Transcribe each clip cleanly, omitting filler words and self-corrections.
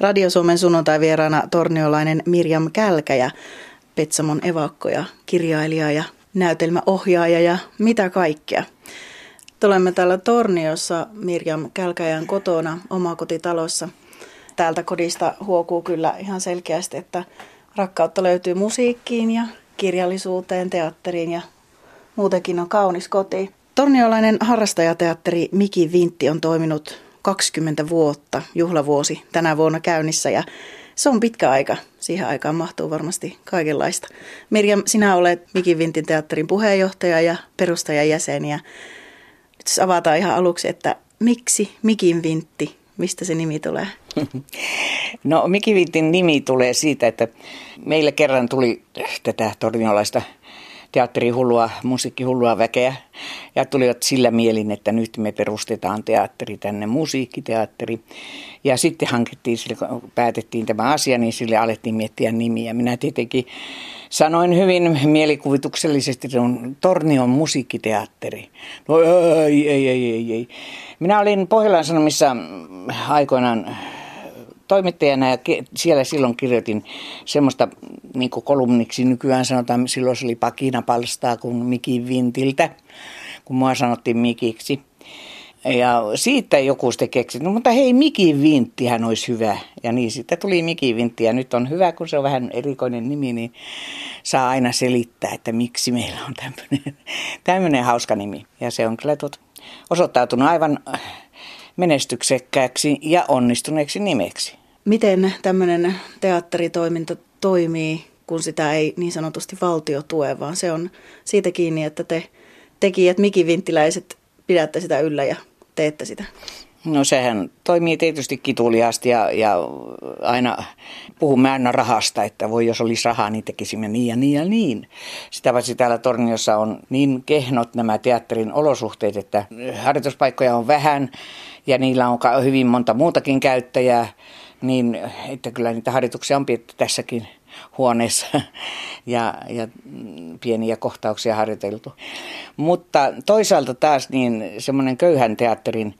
Radio Suomen sunnuntai-vieraana torniolainen Mirjam Kälkäjä, Petsamon evakko ja kirjailija ja näytelmäohjaaja ja mitä kaikkea. Olemme täällä Torniossa Mirjam Kälkäjän kotona omakotitalossa. Täältä kodista huokuu kyllä ihan selkeästi, että rakkautta löytyy musiikkiin ja kirjallisuuteen, teatteriin ja muutenkin on kaunis koti. Torniolainen harrastajateatteri Mikin Vintti on toiminut 20 vuotta, juhlavuosi tänä vuonna käynnissä ja se on pitkä aika. Siihen aikaan mahtuu varmasti kaikenlaista. Mirjam, sinä olet Mikin Vintin teatterin puheenjohtaja ja perustajajäsen ja nyt jos avataan ihan aluksi, että miksi Mikin Vintti? Mistä se nimi tulee? No Mikin Vintin nimi tulee siitä, että meille kerran tuli tätä torniolaista teatterihullua, musiikkihullua väkeä ja tulivat sillä mielin, että nyt me perustetaan teatteri tänne, musiikkiteatteri. Ja sitten hankittiin, kun päätettiin tämä asia, niin sille alettiin miettiä nimiä. Minä tietenkin sanoin hyvin mielikuvituksellisesti, että on Tornion musiikkiteatteri. No ei. Minä olin Pohjolan Sanomissa aikoinaan toimittajana ja siellä silloin kirjoitin semmoista, niin kuin kolumniksi nykyään sanotaan, silloin se oli pakinapalstaa kuin Mikin Vintiltä, kun mua sanottiin Mikiksi. Ja siitä joku sitten keksi, no mutta hei, Mikin Vinttihän olisi hyvä. Ja niin sitten tuli Mikin Vintti ja nyt on hyvä, kun se on vähän erikoinen nimi, niin saa aina selittää, että miksi meillä on tämmöinen hauska nimi. Ja se on kyllä osoittautunut aivan menestyksekkääksi ja onnistuneeksi nimeksi. Miten tämmöinen teatteritoiminta toimii, kun sitä ei niin sanotusti valtio tue, vaan se on siitä kiinni, että te tekijät Mikin Vinttiläiset pidätte sitä yllä ja teette sitä? No sehän toimii tietysti kituliaasti ja aina puhumme aina rahasta, että voi jos olisi rahaa, niin tekisimme niin ja niin ja niin. Sitä paitsi täällä Torniossa on niin kehnot nämä teatterin olosuhteet, että harjoituspaikkoja on vähän ja niillä on hyvin monta muutakin käyttäjää, niin että kyllä niitä harjoituksia on pidetty tässäkin huoneessa ja pieniä kohtauksia harjoiteltu. Mutta toisaalta taas niin semmoinen köyhän teatterin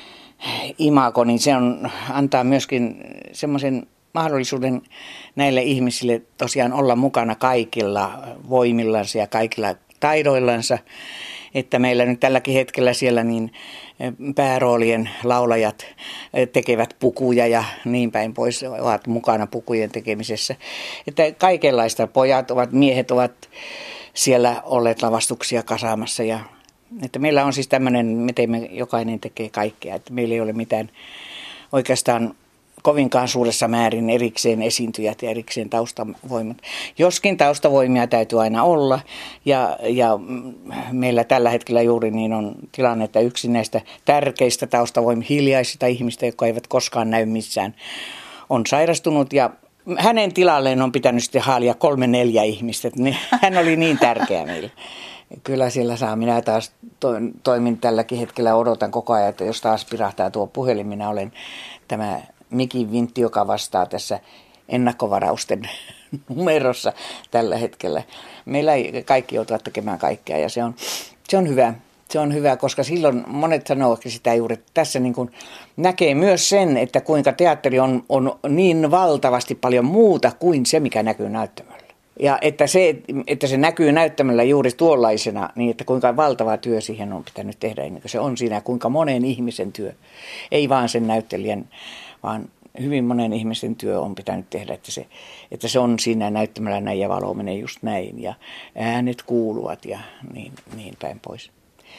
imago, niin se antaa myöskin semmoisen mahdollisuuden näille ihmisille tosiaan olla mukana kaikilla voimillansa ja kaikilla taidoillansa. Että meillä nyt tälläkin hetkellä siellä niin pääroolien laulajat tekevät pukuja ja niin päin pois, ovat mukana pukujen tekemisessä. Että kaikenlaista miehet ovat siellä olleet lavastuksia kasaamassa ja että meillä on siis tämmöinen, miten me jokainen tekee kaikkea, että meillä ei ole mitään oikeastaan kovinkaan suuressa määrin erikseen esiintyjät ja erikseen taustavoimat. Joskin taustavoimia täytyy aina olla ja meillä tällä hetkellä juuri niin on tilanne, että yksi näistä tärkeistä hiljaisista ihmistä, jotka eivät koskaan näy missään, on sairastunut ja hänen tilalleen on pitänyt sitten haalia 3-4 ihmistä. Hän oli niin tärkeä meille. Kyllä siellä saa. Minä taas toimin tälläkin hetkellä, odotan koko ajan, että jos taas pirahtaa tuo puhelin, minä olen tämä Mikin Vintti, joka vastaa tässä ennakkovarausten numerossa tällä hetkellä. Meillä kaikki joutuvat tekemään kaikkea ja se on hyvä. Se on hyvä, koska silloin monet sanoo sitä juuri, että tässä niin kuin näkee myös sen, että kuinka teatteri on niin valtavasti paljon muuta kuin se, mikä näkyy näyttämöllä. Ja että se näkyy näyttämällä juuri tuollaisena, niin että kuinka valtava työ siihen on pitänyt tehdä, ennen kuin se on siinä, kuinka monen ihmisen työ. Ei vaan sen näyttelijän, vaan hyvin monen ihmisen työ on pitänyt tehdä, että se on siinä näyttämällä näin ja valo menee just näin ja äänet kuuluvat ja niin päin pois.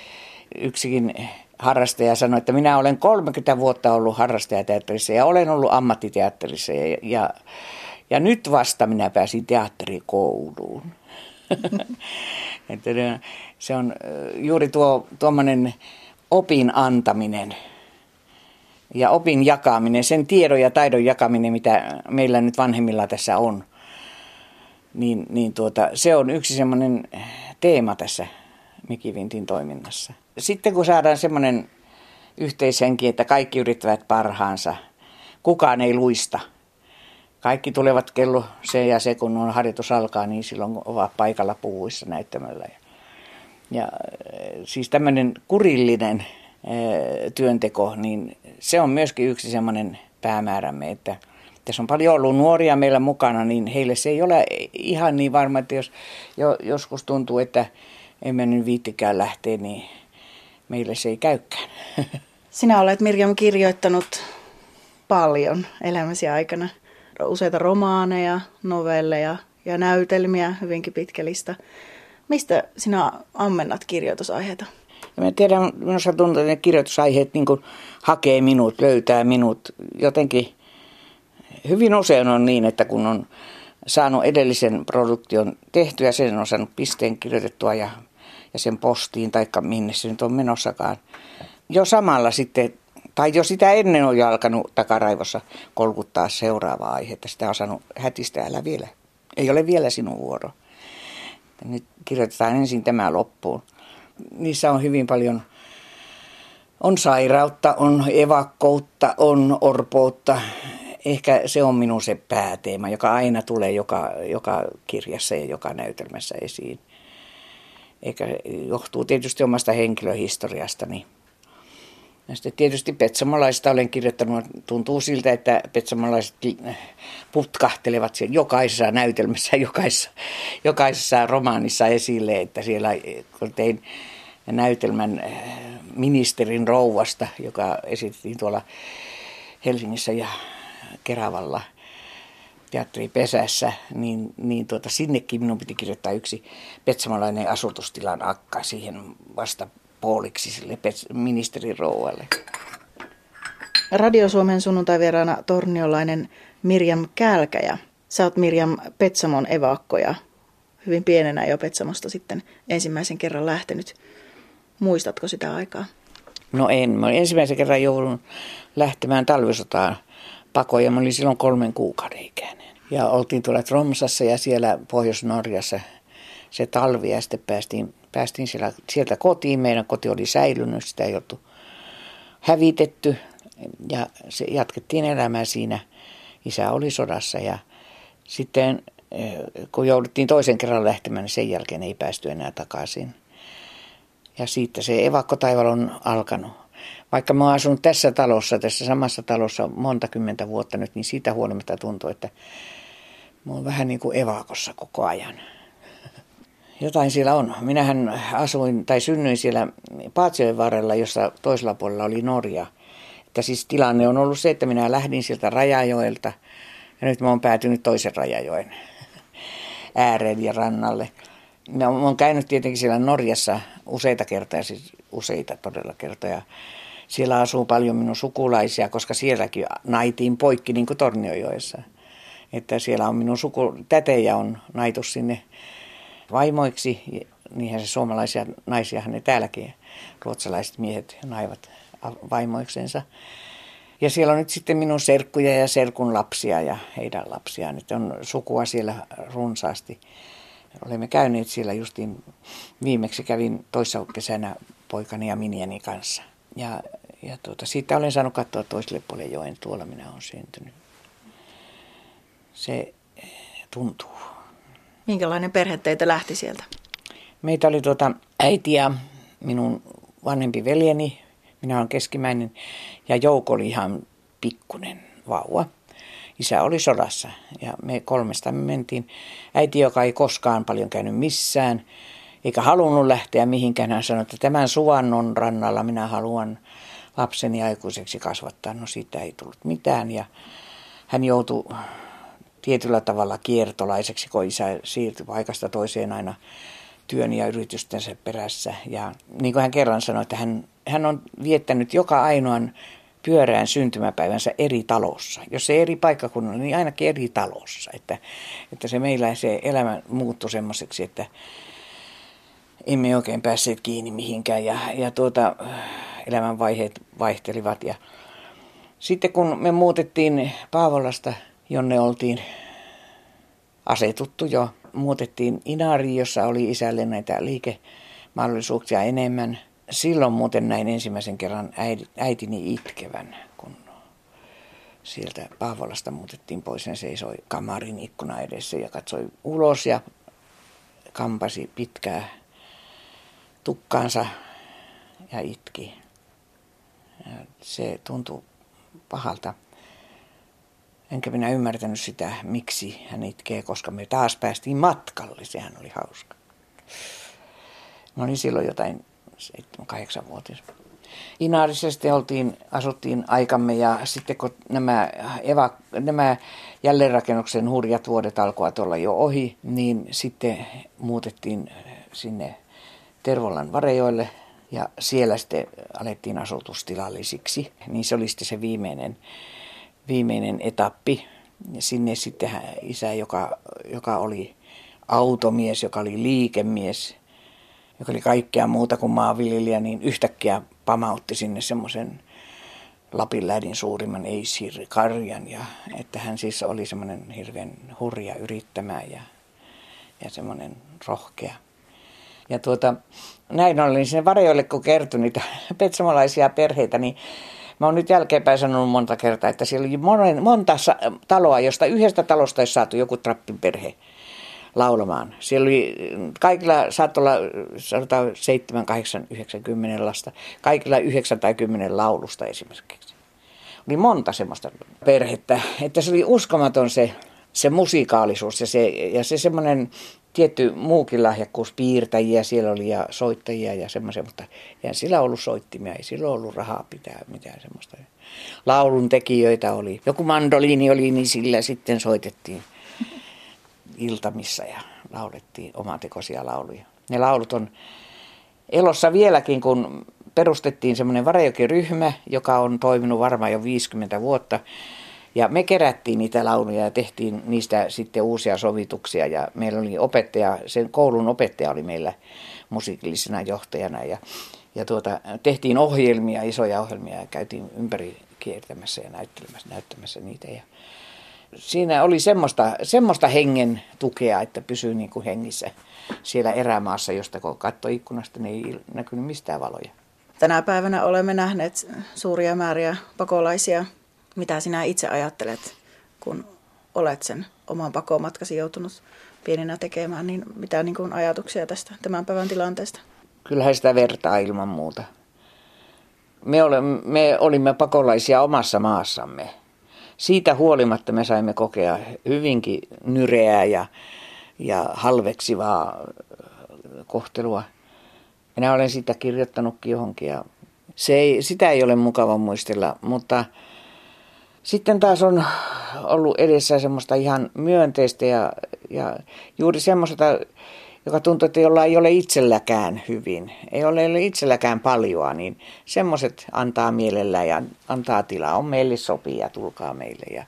Yksikin harrastaja sanoi, että minä olen 30 vuotta ollut harrastajateatterissa ja olen ollut ammattiteatterissa ja nyt vasta minä pääsin teatterikouluun. Se on juuri tuommoinen opin antaminen ja opin jakaminen, sen tiedon ja taidon jakaminen, mitä meillä nyt vanhemmilla tässä on. Se on yksi semmoinen teema tässä Mikin Vintin toiminnassa. Sitten kun saadaan semmoinen yhteishenki, että kaikki yrittävät parhaansa, kukaan ei luista. Kaikki tulevat kello se ja se, kun on harjoitus alkaa, niin silloin ovat paikalla puvuissa näyttämöllä. Ja siis tämmöinen kurillinen työnteko, niin se on myöskin yksi semmoinen päämäärämme, että Tässä on paljon ollut nuoria meillä mukana, niin heille se ei ole ihan niin varma, että jos joskus tuntuu, että emme nyt viittikään lähteä, niin meille se ei käykään. Sinä olet, Mirjam, kirjoittanut paljon elämäsi aikana. Useita romaaneja, novelleja ja näytelmiä, hyvinkin pitkä lista. Mistä sinä ammennat kirjoitusaiheita? Mä tiedän, minusta tuntuu, että ne kirjoitusaiheet niin kuin hakee minut, löytää minut. Jotenkin hyvin usein on niin, että kun on saanut edellisen produktion tehtyä, sen on saanut pisteen kirjoitettua ja sen postiin, taikka minne se nyt on menossakaan. Jo samalla sitten, tai jo sitä ennen on jo alkanut takaraivossa kolkuttaa seuraavaa aihetta. Sitä on saanut hätistä, älä vielä. Ei ole vielä sinun vuoro. Nyt kirjoitetaan ensin tämä loppuun. Niissä on hyvin paljon, on sairautta, on evakkoutta, on orpoutta. Ehkä se on minun se pääteema, joka aina tulee joka kirjassa ja joka näytelmässä esiin. Eikä johtuu tietysti omasta henkilöhistoriastani. Ja sitten tietysti petsamolaisista olen kirjoittanut, tuntuu siltä, että petsamolaiset putkahtelevat siellä jokaisessa näytelmässä, jokaisessa romaanissa esille, että siellä kun tein näytelmän ministerin rouvasta, joka esitettiin tuolla Helsingissä ja Keravalla teatteripesässä, niin sinnekin minun piti kirjoittaa yksi petsamolainen asutustilan akka siihen vasta puoliksi sille ministerin rouvalle. Radio Suomen sunnuntaivieraana torniolainen Mirjam Kälkäjä. Sä oot, Mirjam, Petsamon evakko ja hyvin pienenä jo Petsamosta sitten ensimmäisen kerran lähtenyt. Muistatko sitä aikaa? No en. Mä ensimmäisen kerran joudun lähtemään talvisotaan pakoon ja mä olin silloin 3 kuukauden ikäinen. Ja oltiin tuolla Tromsassa ja siellä Pohjois-Norjassa se talvi ja sitten päästiin sieltä kotiin. Meidän koti oli säilynyt, sitä ei oltu hävitetty ja se jatkettiin elämää siinä. Isä oli sodassa ja sitten kun jouduttiin toisen kerran lähtemään, niin sen jälkeen ei päästy enää takaisin. Ja siitä se evakkotaival on alkanut. Vaikka mä oon asunut tässä samassa talossa monta kymmentä vuotta nyt, niin siitä huolimatta tuntuu, että mä oon vähän niin kuin evakossa koko ajan. Jotain siellä on. Minähän synnyin siellä Paatsjoen varrella, jossa toisella puolella oli Norja. Että siis tilanne on ollut se, että minä lähdin sieltä Rajajoelta ja nyt mä oon päätynyt toisen Rajajoen ääreen ja rannalle. Mä oon käynyt tietenkin siellä Norjassa useita kertaa, siis useita todella kertoja. Siellä asuu paljon minun sukulaisia, koska sielläkin naitiin poikki niin kuin Tornionjoessa. Että siellä on minun tätejä on naitu sinne vaimoiksi, niinhän se suomalaisia naisiahan ne täälläkin, ruotsalaiset miehet naivat vaimoiksensa. Ja siellä on nyt sitten minun serkkuja ja serkun lapsia ja heidän lapsiaan, että on sukua siellä runsaasti. Olemme käyneet siellä justiin, viimeksi kävin toissa kesänä poikani ja minieni kanssa. Ja siitä olen saanut katsoa toiselle puolelle joen, tuolla minä olen syntynyt. Se tuntuu. Minkälainen perhe teitä lähti sieltä? Meitä oli äiti ja minun vanhempi veljeni, minä olen keskimmäinen, ja Jouko oli ihan pikkunen vauva. Isä oli sodassa ja me 3 mentiin. Äiti, joka ei koskaan paljon käynyt missään, eikä halunnut lähteä mihinkään, hän sanoi, että tämän Suvannon rannalla minä haluan lapseni aikuiseksi kasvattaa. No siitä ei tullut mitään ja hän joutui tietyllä tavalla kiertolaiseksi, kun isä siirtyi paikasta toiseen aina työn ja yritystensä perässä. Ja niin kuin hän kerran sanoi, että hän on viettänyt joka ainoan pyöreän syntymäpäivänsä eri talossa. Jos ei eri paikkakunnalla, niin ainakin eri talossa. Että se meillä se elämä muuttui semmoiseksi, että emme oikein päässeet kiinni mihinkään ja elämän vaiheet vaihtelivat. Ja sitten kun me muutettiin Paavolasta, jonne oltiin asetuttu jo, muutettiin Inariin, jossa oli isälle näitä liikemahdollisuuksia enemmän. Silloin muuten näin ensimmäisen kerran äitini itkevän, kun sieltä Paavolasta muutettiin pois. Hän seisoi kamarin ikkuna edessä ja katsoi ulos ja kampasi pitkää tukkaansa ja itki. Ja se tuntui pahalta. Enkä minä ymmärtänyt sitä, miksi hän itkee, koska me taas päästiin matkalle. Sehän oli hauska. Mä olin silloin jotain 7-8-vuotias. Inarissa sitten asuttiin aikamme ja sitten kun nämä jälleenrakennuksen hurjat vuodet alkoivat olla jo ohi, niin sitten muutettiin sinne Tervolan Varejoelle ja siellä sitten alettiin asutustilallisiksi. Niin se oli sitten se viimeinen etappi. Ja sinne sitten isä, joka oli automies, joka oli liikemies, joka oli kaikkea muuta kuin maanviljelijä, niin yhtäkkiä pamautti sinne semmoisen Lapinläädin suurimman eisirkarjan. Ja että hän siis oli semmoinen hirveän hurja yrittämä ja semmoinen rohkea. Ja näin olin sinne Varejoille, kun kertoi niitä petsamolaisia perheitä, niin mä oon nyt jälkeenpäin sanonut monta kertaa, että siellä oli monta taloa, josta yhdestä talosta olisi saatu joku trappin perhe laulamaan. Siellä oli kaikilla, saattoi olla 7, 8, 9, 10 lasta, kaikilla 9 tai 10 laulusta esimerkiksi. Oli monta semmoista perhettä, että se oli uskomaton se musikaalisuus ja se semmoinen tietty muukin lahjakkuus, piirtäjiä siellä oli ja soittajia ja semmoisia, mutta ei sillä ollut soittimia, ei sillä ollut rahaa pitää mitään semmoista. Laulun tekijöitä oli. Joku mandoliini oli, niin sillä sitten soitettiin iltamissa ja laulettiin omatekoisia lauluja. Ne laulut on elossa vieläkin, kun perustettiin semmoinen Varejoki-ryhmä, joka on toiminut varmaan jo 50 vuotta. Ja me kerättiin niitä lauluja ja tehtiin niistä sitten uusia sovituksia ja meillä oli opettaja, sen koulun opettaja oli meillä musiikillisena johtajana ja tehtiin ohjelmia, isoja ohjelmia ja käytiin ympäri kiertämässä ja näyttämässä niitä. Ja siinä oli semmoista hengen tukea, että pysyi niin kuin hengissä siellä erämaassa, josta kun katsoi ikkunasta, niin ei näkynyt mistään valoja. Tänä päivänä olemme nähneet suuria määriä pakolaisia. Mitä sinä itse ajattelet, kun olet sen oman pakomatkasi joutunut pieninä tekemään, niin mitä niin kuin ajatuksia tästä tämän päivän tilanteesta? Kyllähän sitä vertaa ilman muuta. Me olimme pakolaisia omassa maassamme. Siitä huolimatta me saimme kokea hyvinkin nyreää ja halveksivaa kohtelua. Minä olen sitä kirjoittanutkin johonkin ja sitä ei ole mukava muistella, mutta sitten taas on ollut edessä semmoista ihan myönteistä ja juuri semmoista, joka tuntuu, että jolla ei ole itselläkään hyvin, ei ole itselläkään paljoa, niin semmoiset antaa mielellä ja antaa tilaa. On meille sopii ja tulkaa meille. Ja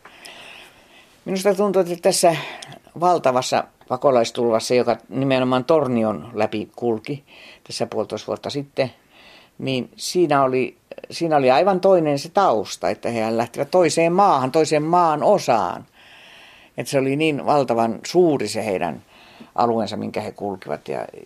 minusta tuntuu, että tässä valtavassa pakolaistulvassa, joka nimenomaan Tornion läpi kulki tässä 1,5 vuotta sitten, niin siinä oli aivan toinen se tausta, että he lähtivät toiseen maan osaan. Että se oli niin valtavan suuri se heidän alueensa, minkä he kulkivat.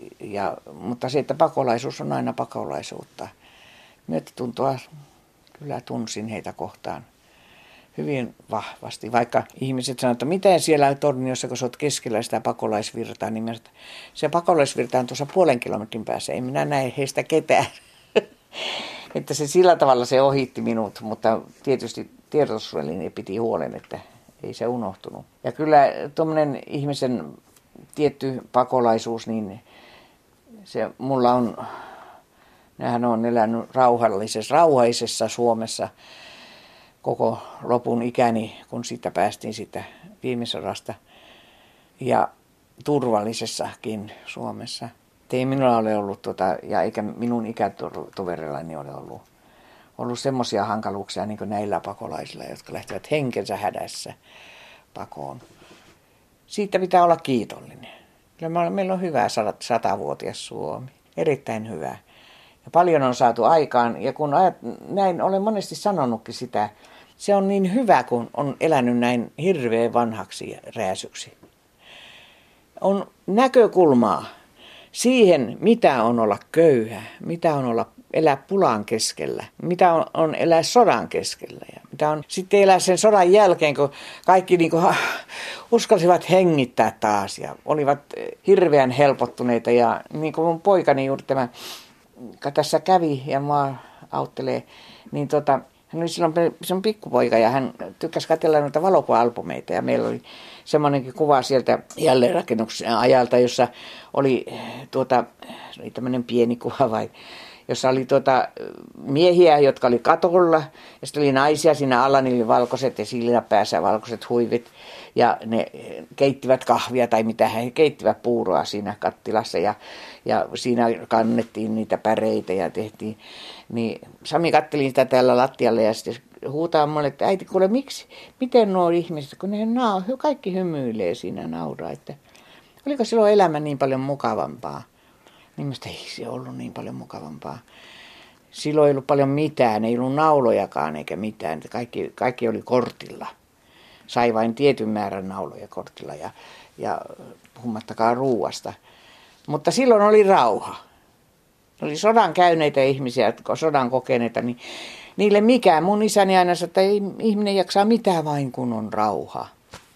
Mutta se, että pakolaisuus on aina pakolaisuutta. Myötätuntoa kyllä tunsin heitä kohtaan hyvin vahvasti. Vaikka ihmiset sanoivat, että miten siellä Torniossa, kun sä oot keskellä sitä pakolaisvirtaa, niin se pakolaisvirta on tuossa 0,5 kilometrin päässä. Ei minä näe heistä ketään. Että se sillä tavalla se ohitti minut, mutta tietysti tiedotusväline piti huolen, että ei se unohtunut. Ja kyllä tuommoinen ihmisen tietty pakolaisuus, niin se mulla on, nämähän on elänyt rauhaisessa Suomessa koko lopun ikäni, kun siitä päästiin siitä viime sodasta ja turvallisessakin Suomessa. Ei minulla ole ollut, ja eikä minun ikätoverillani ole ollut semmoisia hankaluuksia niin kuin näillä pakolaisilla, jotka lähtevät henkensä hädässä pakoon. Siitä pitää olla kiitollinen. Kyllä meillä on hyvä 100-vuotias Suomi, erittäin hyvä. Ja paljon on saatu aikaan, ja kun näin olen monesti sanonutkin sitä, se on niin hyvä, kun on elänyt näin hirveän vanhaksi ja rääsyksi. On näkökulmaa siihen, mitä on olla köyhä, mitä on elää pulan keskellä, mitä on elää sodan keskellä ja mitä on sitten elää sen sodan jälkeen, kun kaikki niin kuin uskalsivat hengittää taas ja olivat hirveän helpottuneita. Ja niin kuin mun poikani juuri tämä, joka tässä kävi ja mua auttelee, niin Hän oli silloin se on pikkupoika ja hän tykkäsi katsella noita valokuva-albumeita ja meillä oli semmoinenkin kuva sieltä jälleenrakennuksen ajalta, jossa oli oli tämmöinen pieni kuva jossa oli miehiä, jotka oli katolla ja sitten oli naisia siinä alla, niillä oli valkoiset ja silmäpäässä valkoiset huivit ja ne keittivät kahvia tai mitä he keittivät puuroa siinä kattilassa ja siinä kannettiin niitä päreitä ja tehtiin. Niin Sami katteli sitä täällä lattialle ja sitten huutaa mulle, että äiti kuule miten nuo ihmiset, kun ne kaikki hymyilee siinä nauraa, että oliko silloin elämä niin paljon mukavampaa. Niin minusta ei se ollut niin paljon mukavampaa. Silloin ei ollut paljon mitään, ei ollut naulojakaan eikä mitään. Kaikki oli kortilla. Sai vain tietyn määrän nauloja kortilla ja puhumattakaan ruuasta. Mutta silloin oli rauha. Oli sodan käyneitä ihmisiä, sodan kokeneita, niin niille mikään. Mun isäni aina sanoi, että ei ihminen jaksaa mitään vain kun on rauha.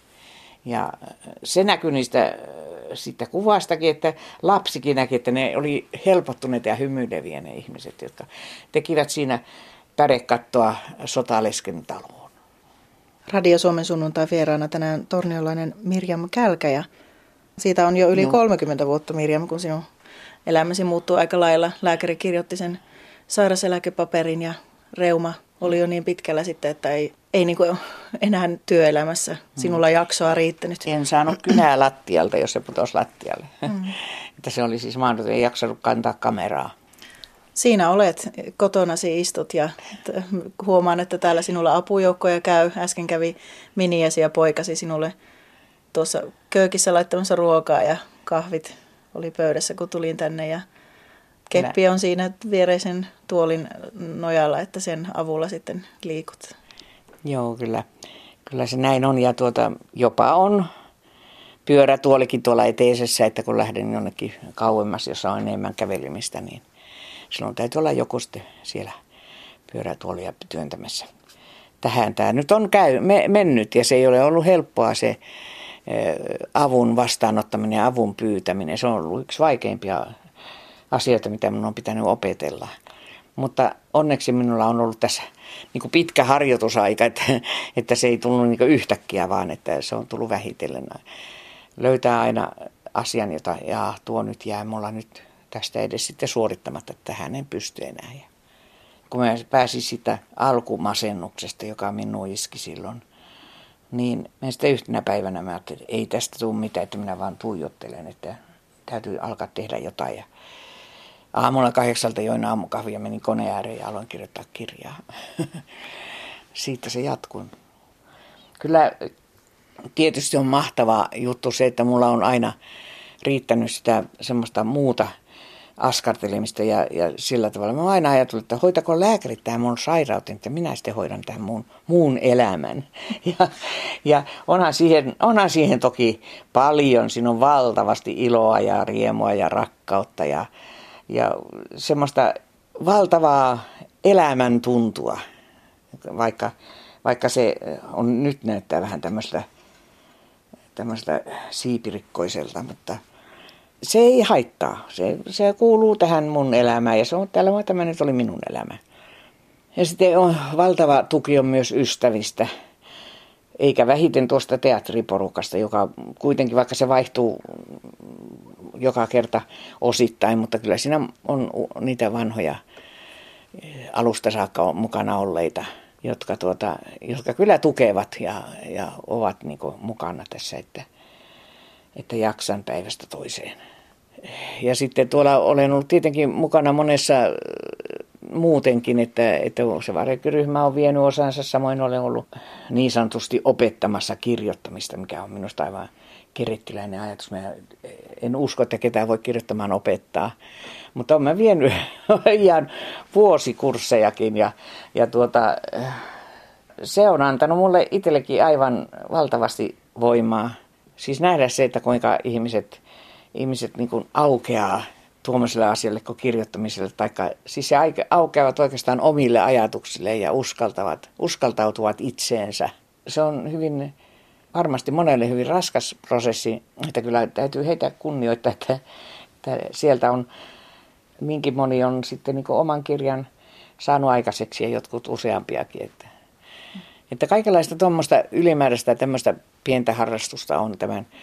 Ja se näkyi niistä siitä kuvastakin, että lapsikin näki, että ne oli helpottuneita ja hymyileviä ne ihmiset, jotka tekivät siinä pärekattoa sotalesken taloon. Radio Suomen sunnuntai vieraana tänään torniolainen Mirjam Kälkä ja siitä on jo yli 30 vuotta Mirjam, kun sinun elämäsi muuttui aika lailla. Lääkäri kirjoitti sen sairaseläkepaperin ja reuma oli jo niin pitkällä sitten, että ei niin kuin enää työelämässä sinulla jaksoa riittänyt. En saanut kynää lattialta, jos se putosi lattialle. Että se oli siis mahdollista, ei jaksanut kantaa kameraa. Siinä olet, kotonasi istut ja huomaan, että täällä sinulla apujoukkoja käy. Äsken kävi miniäsi ja poikasi sinulle tuossa köökissä laittamassa ruokaa ja kahvit oli pöydässä, kun tulin tänne ja keppi on siinä viereisen tuolin nojalla, että sen avulla sitten liikut. Joo, kyllä se näin on ja jopa on pyörätuolikin tuolla eteisessä, että kun lähden jonnekin kauemmas, jossa on enemmän kävelemistä, niin silloin täytyy olla joku sitten siellä pyörätuolia työntämässä. Tähän tämä nyt on mennyt ja se ei ole ollut helppoa se avun vastaanottaminen ja avun pyytäminen. Se on ollut yksi vaikeimpia asioita, mitä minun on pitänyt opetella. Mutta onneksi minulla on ollut tässä niin kuin pitkä harjoitusaika, että se ei tullut niin kuin yhtäkkiä, vaan että se on tullut vähitellen. Löytää aina asian, jota tuo nyt jää mulla nyt tästä edes sitten suorittamatta, että hän en pysty enää. Ja kun mä pääsin sitä alkumasennuksesta, joka minua iski silloin, niin mä sitten yhtenä päivänä mä ajattelin, että ei tästä tule mitään, että minä vaan tuijottelen, että täytyy alkaa tehdä jotain. Ja aamulla 8 join aamukahvia, menin koneen ääreen ja aloin kirjoittaa kirjaa. Siitä se jatkuu. Kyllä tietysti on mahtava juttu se, että mulla on aina riittänyt sitä semmoista muuta askartelemista ja sillä tavalla. Mä oon aina ajatellut, että hoitako lääkärit tämän mun sairauteni, että minä sitten hoidan tämän muun elämän. Ja onhan siihen toki paljon, siinä on valtavasti iloa ja riemua ja rakkautta ja semmoista valtavaa elämäntuntua, vaikka se on nyt näyttää vähän tämmöistä siipirikkoiselta, mutta se ei haittaa. Se kuuluu tähän mun elämään ja se on tämä nyt oli minun elämä. Ja sitten on valtava tuki on myös ystävistä, eikä vähiten tuosta teatteriporukasta, joka kuitenkin, vaikka se vaihtuu joka kerta osittain, mutta kyllä siinä on niitä vanhoja alusta saakka mukana olleita, jotka kyllä tukevat ja ovat niin kuin mukana tässä, että jaksan päivästä toiseen. Ja sitten tuolla olen ollut tietenkin mukana monessa muutenkin, että se varjoryhmä on vienyt osansa. Samoin olen ollut niin sanotusti opettamassa kirjoittamista, mikä on minusta aivan kerettiläinen ajatus. Mä en usko, että ketään voi kirjoittamaan opettaa, mutta olen vienyt ihan vuosikurssejakin ja se on antanut mulle itsellekin aivan valtavasti voimaa. Siis nähdä se, että kuinka ihmiset niin kuin aukeaa tuommoiselle asialle kuin kirjoittamiselle, siis se aukeavat oikeastaan omille ajatuksille ja uskaltautuvat itseensä. Se on varmasti monelle hyvin raskas prosessi, että kyllä täytyy heitä kunnioittaa, että sieltä on, minkin moni on sitten niin kuin oman kirjan saanut aikaiseksi ja jotkut useampiakin. Että kaikenlaista tuommoista ylimääräistä tämmöistä pientä harrastusta on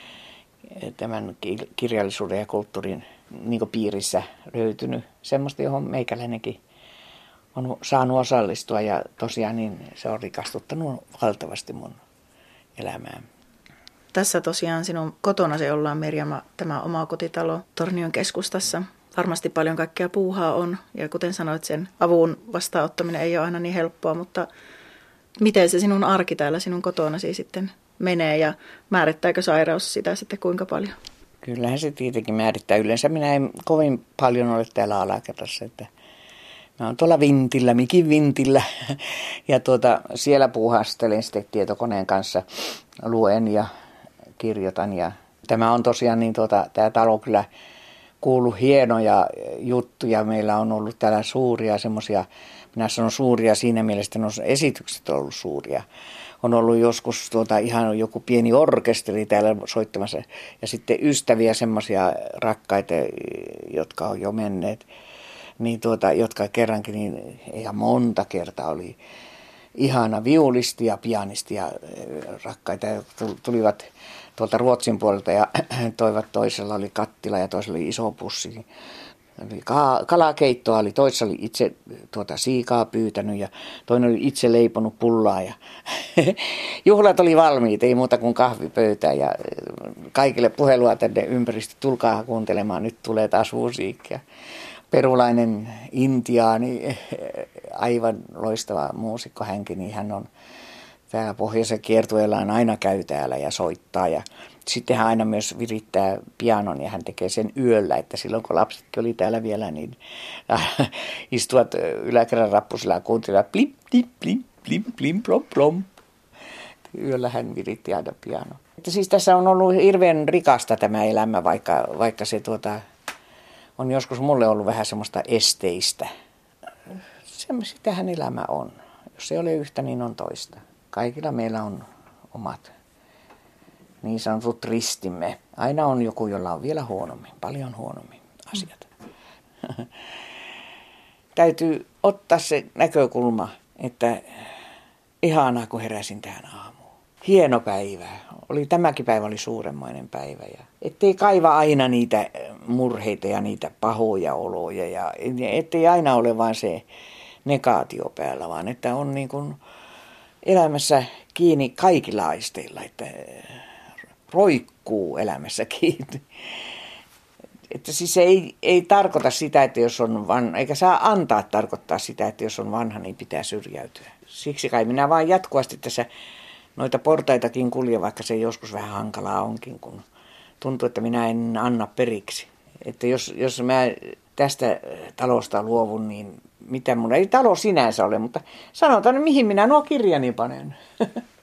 tämän kirjallisuuden ja kulttuurin niin kuin piirissä löytynyt. Semmoista, johon meikäläinenkin on saanut osallistua ja tosiaan niin se on rikastuttanut valtavasti mun elämää. Tässä tosiaan sinun kotonasi ollaan, Mirjam, tämä oma kotitalo Tornion keskustassa. Varmasti paljon kaikkea puuhaa on ja kuten sanoit, sen avun vastaanottaminen ei ole aina niin helppoa, mutta miten se sinun arki täällä sinun kotonasi sitten menee ja määrittääkö sairaus sitä sitten kuinka paljon? Kyllähän se tietenkin määrittää. Yleensä minä en kovin paljon ole täällä alakerrassa, että mä oon tuolla vintillä, mikin vintillä ja siellä puuhastelen sitten tietokoneen kanssa, luen ja kirjoitan ja tämä on tosiaan niin tämä talo kyllä kuullut hienoja juttuja. Meillä on ollut täällä suuria semmoisia, minä sanon suuria siinä mielessä, että esitykset on ollut suuria. On ollut joskus ihan joku pieni orkesteri täällä soittamassa ja sitten ystäviä semmoisia rakkaita, jotka on jo menneet, niin jotka kerrankin niin ihan monta kertaa oli ihana viulisti ja pianisti ja rakkaita tulivat tuolta Ruotsin puolelta ja toisella oli kattila ja toisella oli iso pussi. Kalakeittoa oli, toisessa oli itse siikaa pyytänyt ja toinen oli itse leiponut pullaa ja juhlat oli valmiit, ei muuta kuin kahvipöytää ja kaikille puhelua tänne ympäristöön, tulkaa kuuntelemaan, nyt tulee taas musiikkia. Perulainen intiaani, aivan loistava muusikko hänkin, niin hän on täällä pohjoisen kiertueellaan aina käy täällä ja soittaa ja sitten hän aina myös virittää pianon ja hän tekee sen yöllä, että silloin kun lapsetkin oli täällä vielä, niin istuvat yläkerran rappusilla ja kuuntelevat plim, plim, plim, plim, plim, plom, plom. Yöllä hän viritti aina pianon. Että siis tässä on ollut hirveän rikasta tämä elämä, vaikka se on joskus mulle ollut vähän semmoista esteistä. Sitähän elämä on. Jos ei ole yhtä, niin on toista. Kaikilla meillä on omat niin sanotut ristimme. Aina on joku, jolla on vielä huonommin, paljon huonommin asiat. Täytyy ottaa se näkökulma, että ihanaa kun heräsin tähän aamuun. Hieno päivä. Tämäkin päivä oli suuremmainen päivä. Ja ettei kaiva aina niitä murheita ja niitä pahoja oloja. Ja ettei aina ole vain se negaatio päällä, vaan että on niin kuin elämässä kiinni kaikilla aisteilla, että roikkuu elämässä kiinni. Että siis ei tarkoita sitä, että jos on vanha, eikä saa antaa tarkoittaa sitä, että jos on vanha, niin pitää syrjäytyä. Siksi kai minä vaan jatkuvasti tässä noita portaitakin kuljen, vaikka se joskus vähän hankalaa onkin, kun tuntuu, että minä en anna periksi. Että jos mä tästä talosta luovun, niin mitä mun ei talo sinänsä ole, mutta sanotaan, mihin minä nuo kirjani panen.